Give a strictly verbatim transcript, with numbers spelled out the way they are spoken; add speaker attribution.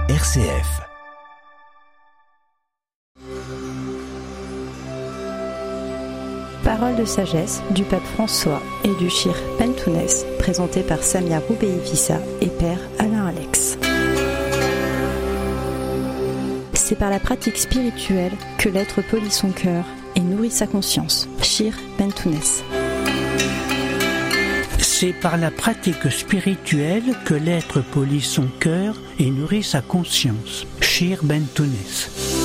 Speaker 1: R C F.
Speaker 2: Paroles de sagesse du pape François et du Shir Bentounès, présenté par Samia Roubeï-Fissa et Père Alain Alex. C'est par la pratique spirituelle que l'être polit son cœur et nourrit sa conscience. Shir Bentounès.
Speaker 3: C'est par la pratique spirituelle que l'être polit son cœur et nourrit sa conscience. Shir Bentounès.